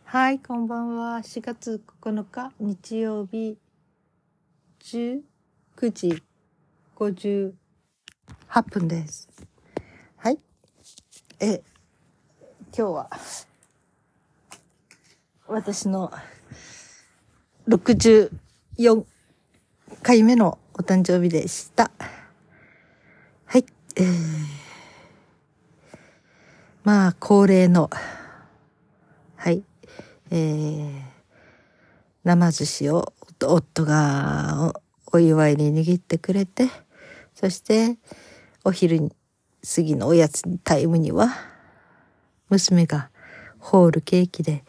はい、こんばんは。4月9日日曜日19時58分です。はい。今日は私の64回目のお誕生日でした。はい。まあ恒例のはい生寿司を夫がお祝いに握ってくれて、そしてお昼過ぎのおやつタイムには娘がホールケーキで、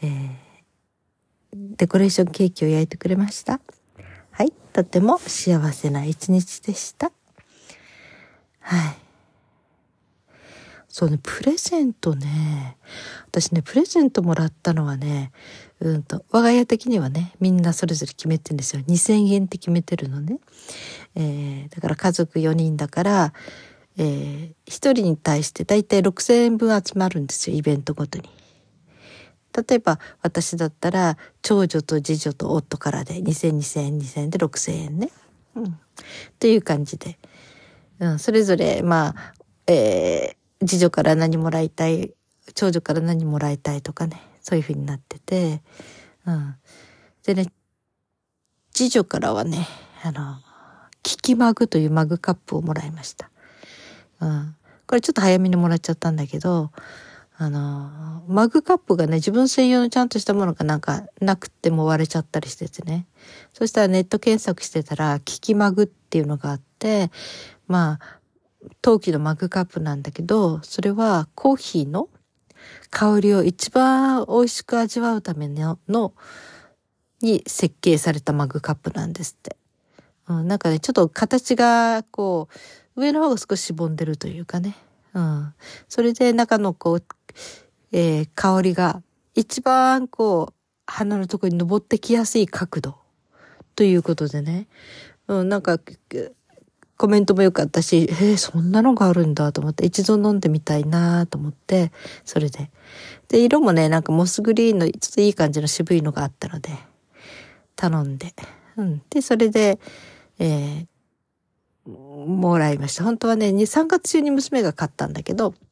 デコレーションケーキを焼いてくれました。はい、とても幸せな一日でした。はい。そうね、プレゼントね。私ね、プレゼントもらったのはね、我が家的にはね、みんなそれぞれ決めてるんですよ。2000円って決めてるのね。だから家族4人だから、1人に対してだいたい6000円分集まるんですよ、イベントごとに。例えば私だったら長女と次女と夫からで2000、2000、2000円で6000円ね。という感じで。それぞれ、まあ、次女から何もらいたい、長女から何もらいたいとかね、そういう風になってて、でね、次女からはね、キキマグというマグカップをもらいました。これちょっと早めにもらっちゃったんだけど、マグカップがね、自分専用のちゃんとしたものがなんかなくっても割れちゃったりしててね。そしたらネット検索してたら、キキマグっていうのがあって、まあ、陶器のマグカップなんだけど、それはコーヒーの香りを一番美味しく味わうために設計されたマグカップなんですって。なんかね、ちょっと形がこう、上の方が少ししぼんでるというかね。それで中のこう、香りが一番こう、鼻のところに登ってきやすい角度ということでね。なんか、コメントも良かったし、そんなのがあるんだと思って、一度飲んでみたいなと思って、それで。で、色もね、なんかモスグリーンのちょっといい感じの渋いのがあったので、頼んで。で、それで、もらいました。本当はね、3月中に娘が買ったんだけど、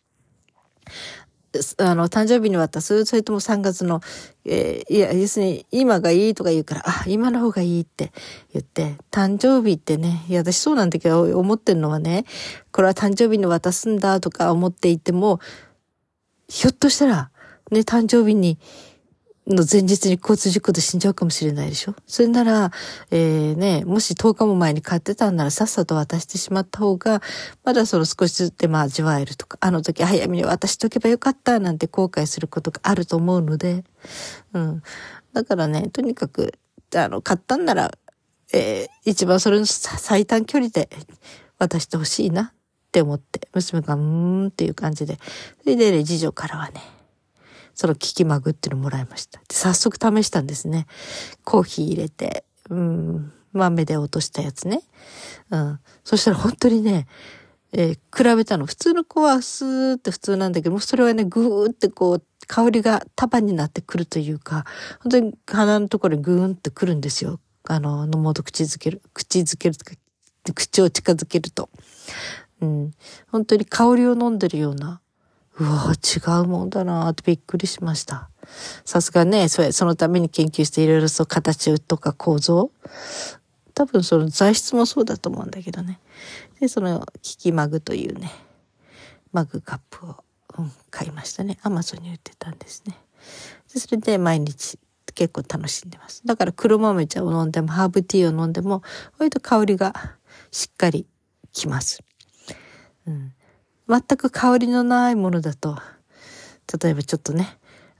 誕生日に渡す、それとも3月の、いや、要するに今がいいとか言うから、今の方がいいって言って、誕生日ってね、いや、私そうなんだけど、思ってるのはね、これは誕生日に渡すんだとか思っていても、ひょっとしたら、ね、誕生日の前日に交通事故で死んじゃうかもしれないでしょ。それなら、もし10日も前に買ってたんならさっさと渡してしまった方が、まだその少しずつでも味わえるとか、あの時早めに渡しとけばよかったなんて後悔することがあると思うので、だからね、とにかく、買ったんなら、一番それの最短距離で渡してほしいなって思って、娘がっていう感じで、それでね、次女からはね、そのキキマグっていうのもらいました。で、早速試したんですね。コーヒー入れて、豆で落としたやつね。そしたら本当にね、比べたの。普通の子はスーって普通なんだけど、それはね、ぐーってこう、香りが束になってくるというか、本当に鼻のところにぐーんってくるんですよ。喉口づけるとか、口を近づけると。本当に香りを飲んでるような、うわ違うもんだなーってびっくりしました。さすがね、そのために研究していろいろそう形とか構造。多分その材質もそうだと思うんだけどね。で、そのキキマグというね、マグカップを、買いましたね。アマゾンに売ってたんですね。で、それで毎日結構楽しんでます。だから黒豆茶を飲んでも、ハーブティーを飲んでも、割と香りがしっかりきます。全く香りのないものだと、例えばちょっとね、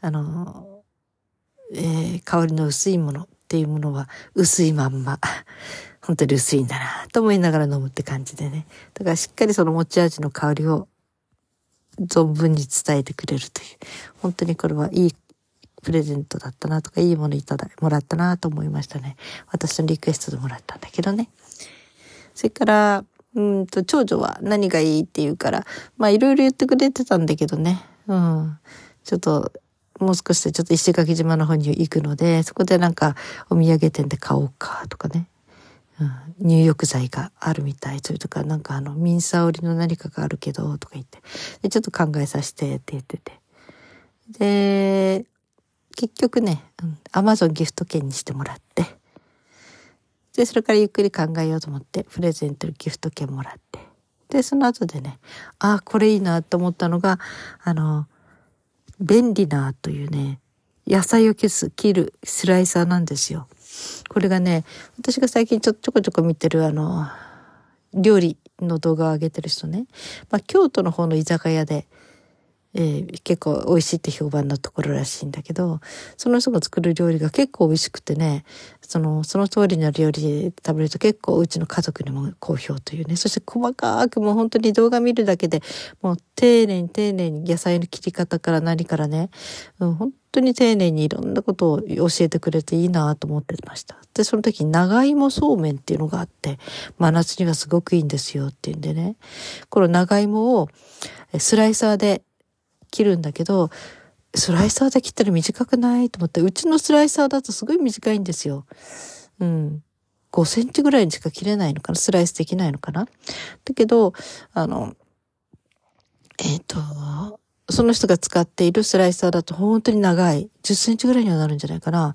香りの薄いものっていうものは薄いまんま、本当に薄いんだなと思いながら飲むって感じでね。だからしっかりその持ち味の香りを存分に伝えてくれるという。本当にこれはいいプレゼントだったなとか、いいものもらったなと思いましたね。私のリクエストでもらったんだけどね。それから、長女は何がいいって言うから、まあいろいろ言ってくれてたんだけどね。ちょっと、 もう少しでちょっと石垣島の方に行くので、そこでなんかお土産店で買おうかとかね。入浴剤があるみたい。それとかなんかミンサー織りの何かがあるけどとか言って。で、ちょっと考えさせてって言ってて。で、結局ね、Amazon ギフト券にしてもらって。で、それからゆっくり考えようと思って、プレゼントのギフト券もらって。で、その後でね、これいいなと思ったのが、便利なというね、野菜を切るスライサーなんですよ。これがね、私が最近ちょこちょこ見てる料理の動画を上げてる人ね。京都の方の居酒屋で、結構美味しいって評判のところらしいんだけど、その人が作る料理が結構美味しくてね、その通りの料理食べると結構うちの家族にも好評というね、そして細かくもう本当に動画見るだけでもう丁寧に野菜の切り方から何からね、本当に丁寧にいろんなことを教えてくれていいなと思ってました。で、その時長芋そうめんっていうのがあって、真夏にはすごくいいんですよっていうんでね、この長芋をスライサーで切るんだけど、スライサーで切ったら短くないと思って、うちのスライサーだとすごい短いんですよ。5センチぐらいにしか切れないのかな、スライスできないのかな。だけど、その人が使っているスライサーだと本当に長い、10センチぐらいにはなるんじゃないかな。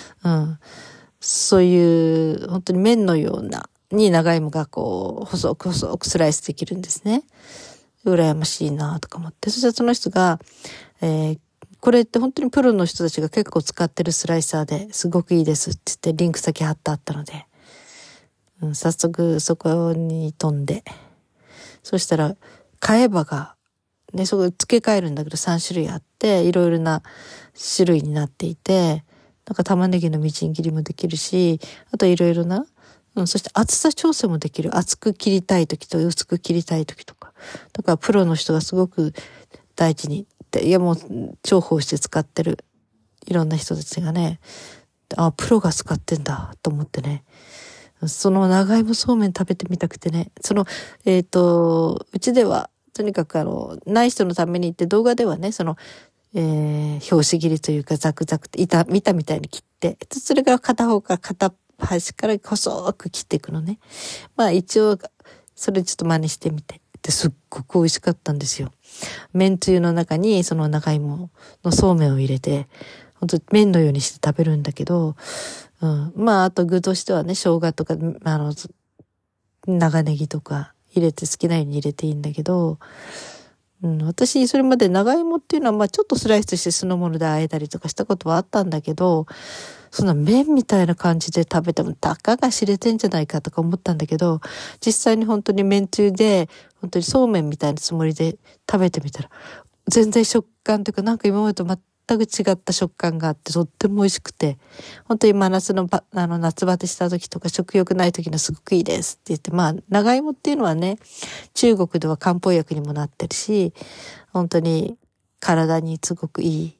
そういう、本当に麺のような、に長芋がこう、細くスライスできるんですね。羨ましいなとか思って。そしたらその人が、これって本当にプロの人たちが結構使ってるスライサーですごくいいですって言ってリンク先貼ってあったので、早速そこに飛んで、そしたら買えばが、ね、そこ付け替えるんだけど3種類あって、いろいろな種類になっていて、なんか玉ねぎのみじん切りもできるし、あといろいろな、そして厚さ調整もできる。厚く切りたい時と薄く切りたい時とか。だからプロの人がすごく大事に、いやもう重宝して使ってるいろんな人たちがね、プロが使ってんだと思ってね。その長芋そうめん食べてみたくてね。うちではとにかくない人のためにって動画ではね、拍子切りというかザクザクって見たみたいに切って、それから片端から細く切っていくのね。一応それちょっと真似してみて。ですっごく美味しかったんですよ。麺つゆの中にその長芋のそうめんを入れて、本当麺のようにして食べるんだけど、あと具としてはね、生姜とか長ネギとか入れて好きなように入れていいんだけど、私それまで長芋っていうのはちょっとスライスして酢の物で和えたりとかしたことはあったんだけど、そんな麺みたいな感じで食べてもたかが知れてんじゃないかとか思ったんだけど、実際に本当に麺つゆで本当にそうめんみたいなつもりで食べてみたら全然食感というかなんか今までと全く違った食感があってとっても美味しくて、本当に真夏の夏バテした時とか食欲ない時のすごくいいですって言って、長芋っていうのはね、中国では漢方薬にもなってるし、本当に体にすごくいい。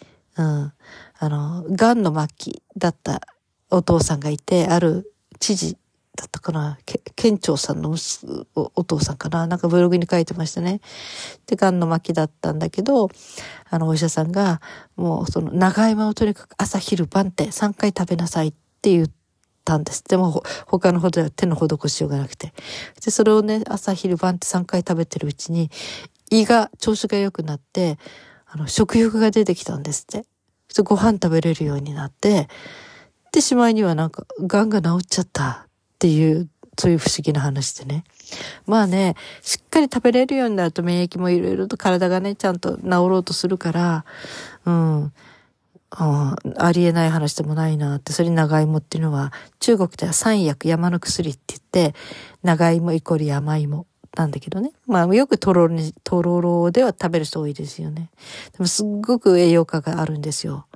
がんの末期だったお父さんがいて、ある知事だったかな、県庁さんのお父さんかな、なんかブログに書いてましたね。で、がんの末期だったんだけど、お医者さんが、もうその長芋をとにかく朝昼晩って3回食べなさいって言ったんです。でも他のほどは手の施しようがなくて。で、それをね、朝昼晩って3回食べてるうちに、調子が良くなって、食欲が出てきたんですって。ご飯食べれるようになって、で、しまいにはなんか、癌が治っちゃったっていう、そういう不思議な話でね。しっかり食べれるようになると免疫もいろいろと体がね、ちゃんと治ろうとするから、ありえない話でもないなって。それに長芋っていうのは、中国では三薬山の薬って言って、長芋イコール山芋なんだけどね。よくとろろでは食べる人多いですよね。でもすっごく栄養価があるんですよ。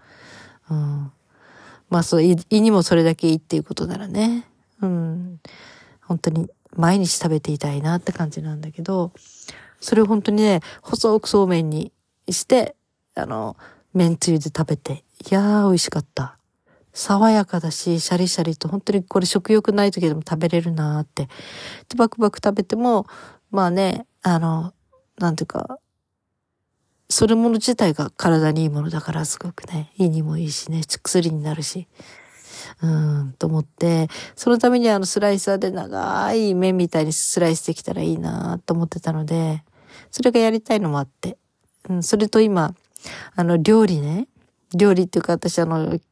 そう、胃にもそれだけいいっていうことならね。本当に毎日食べていたいなって感じなんだけど、それを本当にね、細くそうめんにして、麺つゆで食べて、いやー美味しかった。爽やかだし、シャリシャリと、本当にこれ食欲ない時でも食べれるなーって。で、バクバク食べても、なんていうか、 それもの自体が体にいいものだからすごくね、胃にもいいしね、薬になるし。と思って、そのためにスライサーで長い麺みたいにスライスできたらいいなと思ってたので、それがやりたいのもあって。それと今、料理っていうか私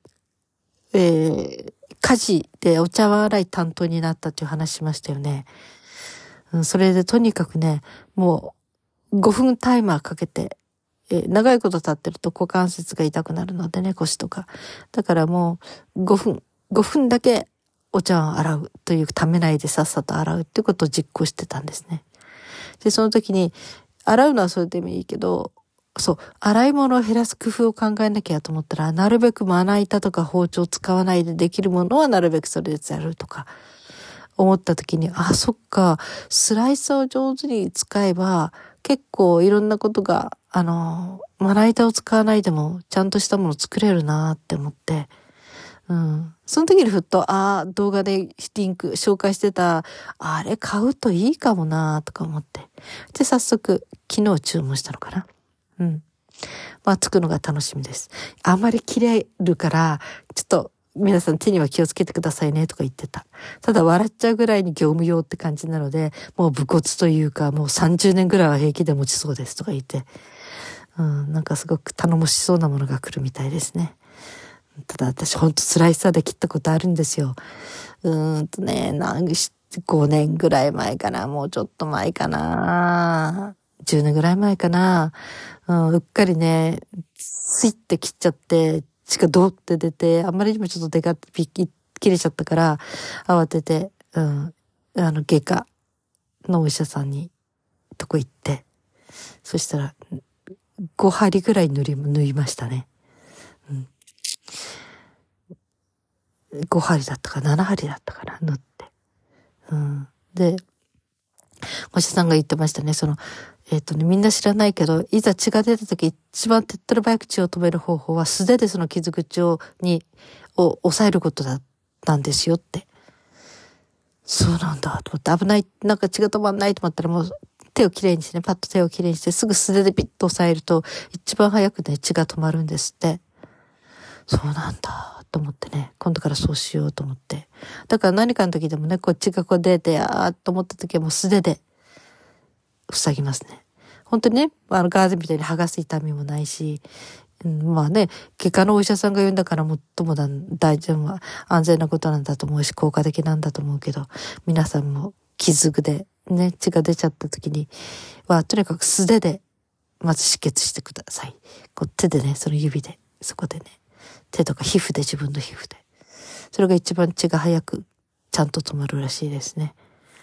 家事でお茶碗洗い担当になったっていう話しましたよね。それでとにかくね、もう5分タイマーかけて、長いこと経ってると股関節が痛くなるのでね、腰とか。だからもう5分だけお茶碗を洗うというためないでさっさと洗うっていうことを実行してたんですね。で、その時に、洗うのはそれでもいいけど、そう、洗い物を減らす工夫を考えなきゃと思ったら、なるべくまな板とか包丁を使わないでできるものはなるべくそれでやるとか、思った時に、あ、そっか、スライサーを上手に使えば、結構いろんなことが、まな板を使わないでも、ちゃんとしたもの作れるなって思って、その時にふっと、動画でリンク紹介してた、あれ買うといいかもなとか思って。で、早速、昨日注文したのかな。作るのが楽しみです。あんまり切れるから、ちょっと皆さん手には気をつけてくださいねとか言ってた。ただ笑っちゃうぐらいに業務用って感じなので、もう武骨というか、もう30年ぐらいは平気で持ちそうですとか言って、なんかすごく頼もしそうなものが来るみたいですね。ただ私ほんとスライサーで切ったことあるんですよ。5年ぐらい前かな、もうちょっと前かな。10年ぐらい前かな。うっかりね、スイッて切っちゃって、血がドーって出て、あんまりにもちょっと切れちゃったから、慌てて、外科のお医者さんに、とこ行って、そしたら、5針ぐらい縫いましたね。5針だったか7針だったかな、縫って。で、お医者さんが言ってましたね、みんな知らないけど、いざ血が出た時、一番手っ取り早く血を止める方法は素手でその傷口を押さえることだったんですよって。そうなんだと思って、危ない、なんか血が止まんないと思ったらもう手をきれいにしてね、パッと手をきれいにして、すぐ素手でピッと押さえると、一番早くね、血が止まるんですって。そうなんだと思ってね、今度からそうしようと思って。だから何かの時でもね、血が出て、と思った時はもう素手で塞ぎますね。本当にね、ガーゼみたいに剥がす痛みもないし、外科のお医者さんが言うんだから最も大丈夫は安全なことなんだと思うし、効果的なんだと思うけど、皆さんも傷でね、血が出ちゃった時には、とにかく素手で、まず止血してください。手でね、その指で、そこでね、手とか皮膚で、自分の皮膚で。それが一番血が早く、ちゃんと止まるらしいですね。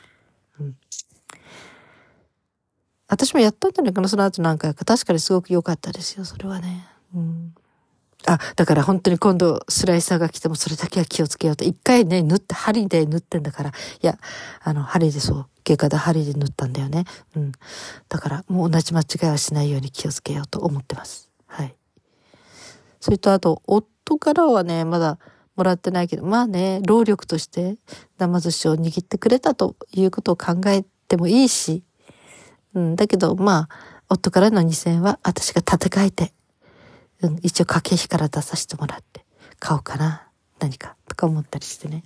私もやったんじゃないかな、その後何回か。確かにすごく良かったですよ、それはね。だから本当に今度スライサーが来てもそれだけは気をつけようと。一回ね、針で縫ってんだから。いや、針でそう、外科で針で縫ったんだよね。だからもう同じ間違いはしないように気をつけようと思ってます。はい。それとあと、夫からはね、まだもらってないけど、労力として生寿司を握ってくれたということを考えてもいいし、だけど、夫からの2000円は私が立て替えて、一応家計費から出させてもらって買おうかな、何かとか思ったりしてね、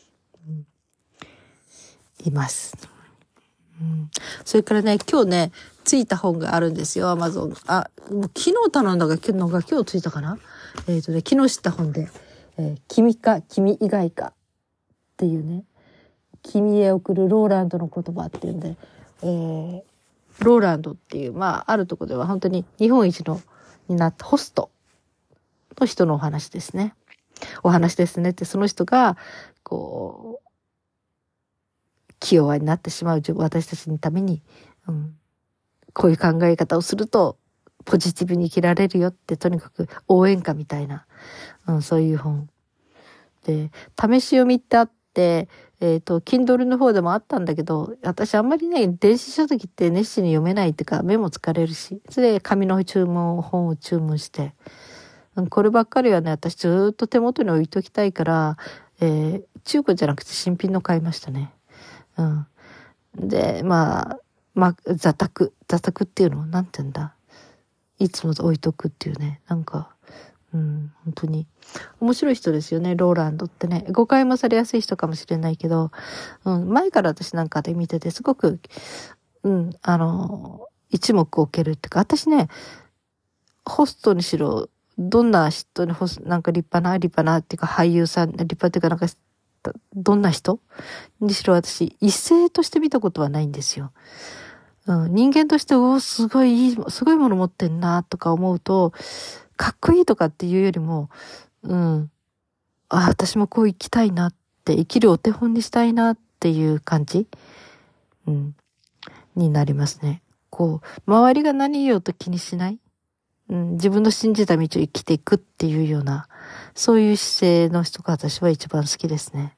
います。それからね、今日ね、ついた本があるんですよ、Amazon。もう昨日頼んだが今日ついたかな。昨日知った本で、君か君以外かっていうね、君へ送るローランドの言葉っていうんで、ローランドっていう、あるところでは本当に日本一になったホストの人のお話ですね。って、その人が、気弱になってしまう私たちのために、こういう考え方をすると、ポジティブに生きられるよって、とにかく応援歌みたいな、そういう本。で、試し読みってあって、Kindle の方でもあったんだけど、私あんまりね、電子書籍って熱心に読めないっていうか、目も疲れるし、それで紙の本を注文して、こればっかりはね、私ずっと手元に置いときたいから、中古じゃなくて新品の買いましたね。で、座卓っていうのなんて言うんだ。 いつも置いとくっていうね。なんか、本当に面白い人ですよね、ローランドってね。誤解もされやすい人かもしれないけど、前から私なんかで見ててすごく、一目置けるっていうか、私ね、ホストにしろ、どんな人になんか立派なっていうか俳優さん、立派っていうかなんか、どんな人にしろ私、異性として見たことはないんですよ。人間として、すごいもの持ってんな、とか思うと、かっこいいとかっていうよりも、私もこう生きたいなって、生きるお手本にしたいなっていう感じ、になりますね。周りが何言おうと気にしない、自分の信じた道を生きていくっていうような、そういう姿勢の人が私は一番好きですね。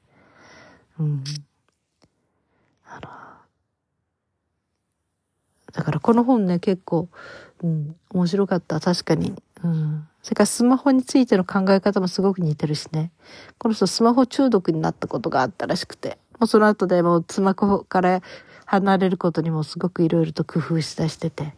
だからこの本ね、結構、面白かった。確かに。それからスマホについての考え方もすごく似てるしね。この人スマホ中毒になったことがあったらしくて、もうその後でもうスマホから離れることにもすごくいろいろと工夫しだしてて。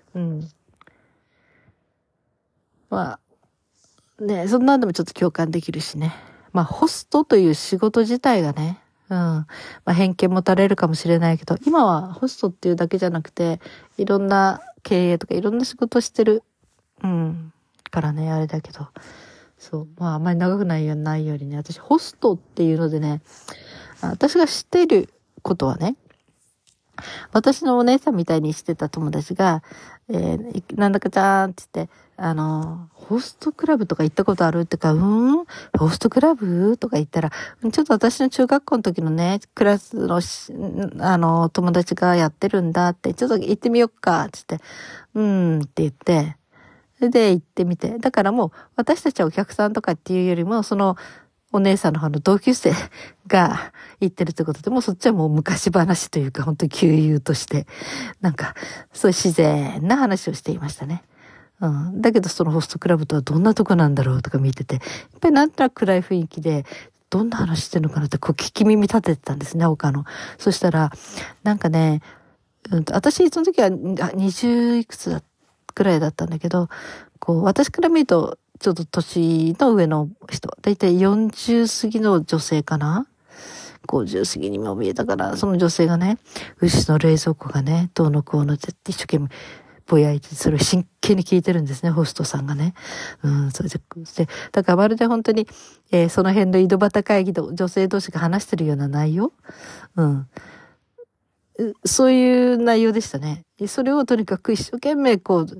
まあ、ね、そんなんでもちょっと共感できるしね。まあ、ホストという仕事自体がね、まあ、偏見持たれるかもしれないけど、今はホストっていうだけじゃなくて、いろんな経営とかいろんな仕事をしてる。からね、あれだけど。そう。まあ、あんまり長くないようにね、私、ホストっていうのでね、私が知っていることはね、私のお姉さんみたいにしてた友達が、なんだかちゃーんって言って、ホストクラブとか行ったことあるってか、ホストクラブとか言ったら、ちょっと私の中学校の時のね、クラスの、友達がやってるんだって、ちょっと行ってみよっか、つって、って言って、で、行ってみて。だからもう、私たちはお客さんとかっていうよりも、その、お姉さんの方の同級生が行ってるってことで、もうそっちはもう昔話というか、本当に旧友として、なんか、そういう自然な話をしていましたね。だけどそのホストクラブとはどんなとこなんだろうとか見てて、やっぱりなんとなく暗い雰囲気で、どんな話してるのかなって聞き耳立ててたんですね、他の。そしたら、なんかね、私その時は20いくつくらいだったんだけど、私から見ると、ちょっと年の上の人、だいたい40過ぎの女性かな ?50 過ぎにも見えたから、その女性がね、牛の冷蔵庫がね、どうのこうのって一生懸命ぼやいて、それを真剣に聞いてるんですね、ホストさんがね。それで、だからまるで本当に、その辺の井戸端会議で女性同士が話してるような内容。そういう内容でしたね。それをとにかく一生懸命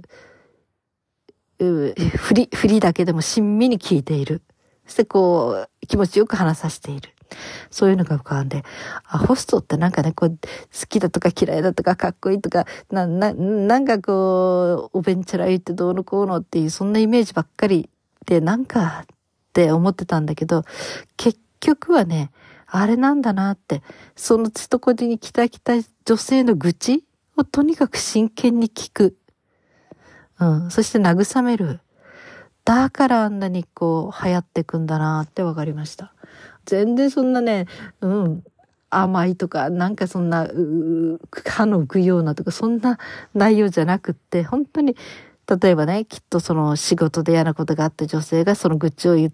振りだけでも親身に聞いている。そして気持ちよく話させている。そういうのが浮かんで、ホストってなんかね、好きだとか嫌いだとかかっこいいとか、なんかおべんちゃら言ってどうのこうのっていう、そんなイメージばっかりで、なんかって思ってたんだけど、結局はね、あれなんだなって、そのとこに来た女性の愚痴をとにかく真剣に聞く。そして慰める。だからあんなに流行ってくんだなってわかりました。全然そんなね、甘いとか、なんかそんな、歯の浮くようなとか、そんな内容じゃなくって、本当に、例えばね、きっとその仕事で嫌なことがあった女性がその愚痴を言って、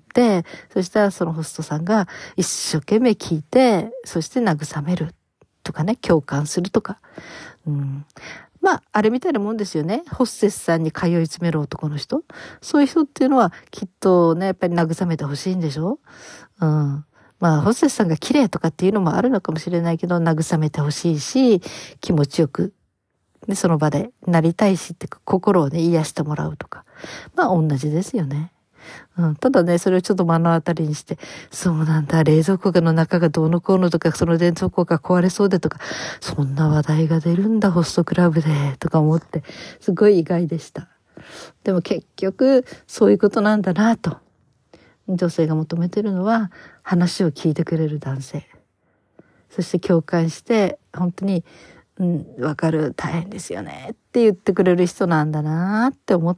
そしたらそのホストさんが一生懸命聞いて、そして慰めるとかね、共感するとか。まあ、あれみたいなもんですよね。ホステスさんに通い詰める男の人。そういう人っていうのはきっとね、やっぱり慰めてほしいんでしょ。まあ、ホステスさんが綺麗とかっていうのもあるのかもしれないけど、慰めてほしいし、気持ちよく、で、その場でなりたいしって心をね、癒してもらうとか。まあ、同じですよね。ただね、それをちょっと目の当たりにして、そうなんだ、冷蔵庫の中がどうのこうのとか、その冷蔵庫が壊れそうでとか、そんな話題が出るんだ、ホストクラブで、とか思って、すごい意外でした。でも結局、そういうことなんだなと。女性が求めてるのは、話を聞いてくれる男性。そして共感して、本当に、わかる、大変ですよね、って言ってくれる人なんだなって思って、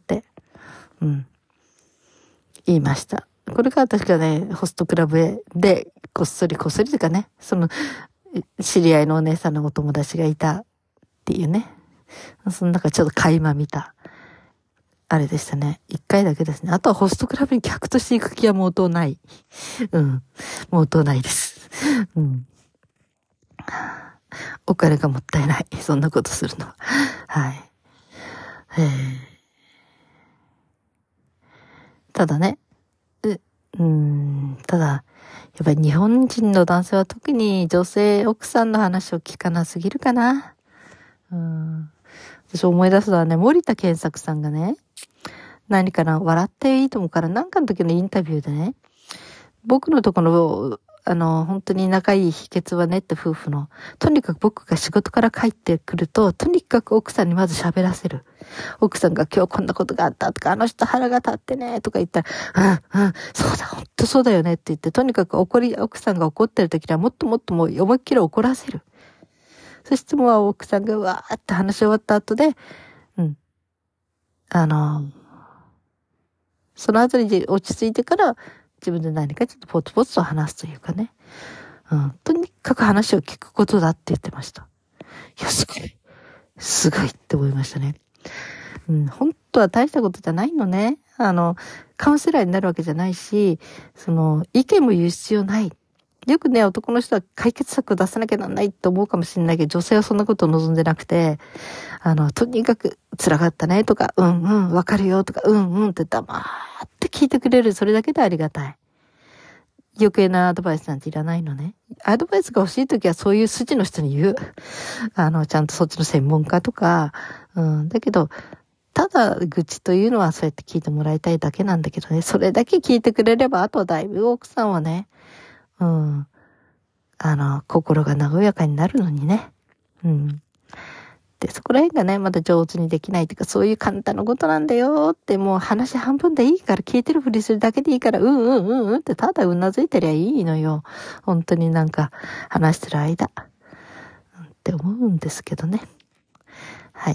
言いました。これが私がね、ホストクラブで、こっそりというかね、その、知り合いのお姉さんのお友達がいたっていうね。その中ちょっと垣間見たあれでしたね。一回だけですね。あとはホストクラブに客として行く気は毛頭ない。うん。毛頭ないです。うん。お金がもったいない。そんなことするのは。はい。ただね。ただ、やっぱり日本人の男性は特に女性奥さんの話を聞かなすぎるかな。私思い出すのはね、森田健作さんがね、何かな、笑っていいと思うから、なんかの時のインタビューでね、僕のところ、本当に仲いい秘訣はねって夫婦の、とにかく僕が仕事から帰ってくると、とにかく奥さんにまず喋らせる。奥さんが今日こんなことがあったとか、あの人腹が立ってねとか言ったら、そうだ、ほんとそうだよねって言って、とにかく奥さんが怒ってる時にはもっともっともう思いっきり怒らせる。そしてもう奥さんがわーって話し終わった後で、その後に落ち着いてから自分で何かちょっとポツポツと話すというかね。とにかく話を聞くことだって言ってました。いや、すごい。すごいって思いましたね。本当は大したことじゃないのね。カウンセラーになるわけじゃないし、意見も言う必要ない。よくね、男の人は解決策を出さなきゃなんないと思うかもしれないけど、女性はそんなことを望んでなくて、とにかく辛かったねとか、わかるよとか、って黙って聞いてくれる。それだけでありがたい。余計なアドバイスなんていらないのね。アドバイスが欲しいときはそういう筋の人に言う。ちゃんとそっちの専門家とか、だけど、ただ愚痴というのはそうやって聞いてもらいたいだけなんだけどね。それだけ聞いてくれれば、あとはだいぶ奥さんはね、心が和やかになるのにね。で、そこら辺がね、まだ上手にできないというか、そういう簡単なことなんだよって、もう話半分でいいから聞いてるふりするだけでいいから、ってただうなずいてりゃいいのよ。本当になんか話してる間。って思うんですけどね。はい。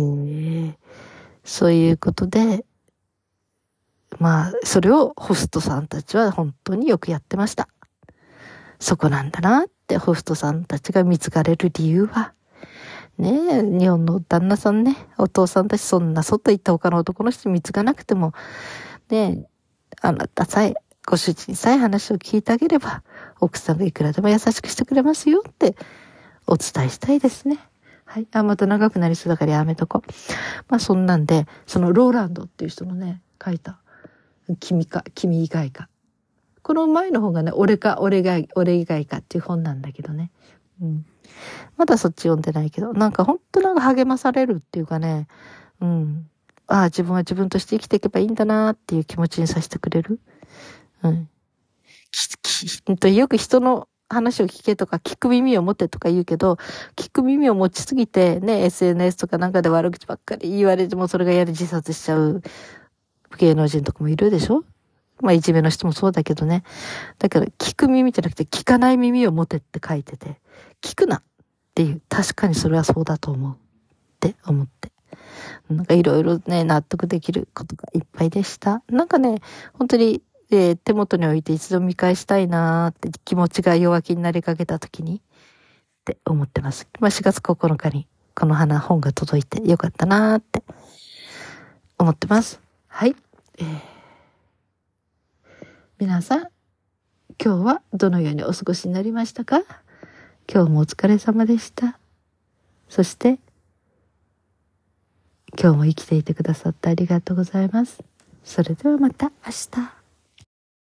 そういうことで、まあ、それをホストさんたちは本当によくやってました。そこなんだなってホストさんたちが見つかれる理由は、ねえ、日本の旦那さんね、お父さんたちそんな外行った他の男の人見つかなくても、ねえ、あなたさえ、ご主人さえ話を聞いてあげれば、奥さんがいくらでも優しくしてくれますよってお伝えしたいですね。はい。また長くなりそうだからやめとこう。まあそんなんで、そのローランドっていう人のね、書いた、君以外か。この前の方がね、俺以外かっていう本なんだけどね。まだそっち読んでないけど、なんか本当なんか励まされるっていうかね、自分は自分として生きていけばいいんだなっていう気持ちにさせてくれる。よく人の話を聞けとか、聞く耳を持ってとか言うけど、聞く耳を持ちすぎてね、SNS とかなんかで悪口ばっかり言われてもそれが嫌で自殺しちゃう芸能人とかもいるでしょ？まあ、いじめの人もそうだけどね。だから、聞く耳じゃなくて、聞かない耳を持てって書いてて、聞くなっていう、確かにそれはそうだと思うって思って。なんかいろいろね、納得できることがいっぱいでした。なんかね、本当に、手元に置いて一度見返したいなーって気持ちが弱気になりかけた時にって思ってます。まあ、4月9日にこの本が届いてよかったなーって思ってます。はい。皆さん、今日はどのようにお過ごしになりましたか？今日もお疲れ様でした。そして、今日も生きていてくださってありがとうございます。それではまた明日。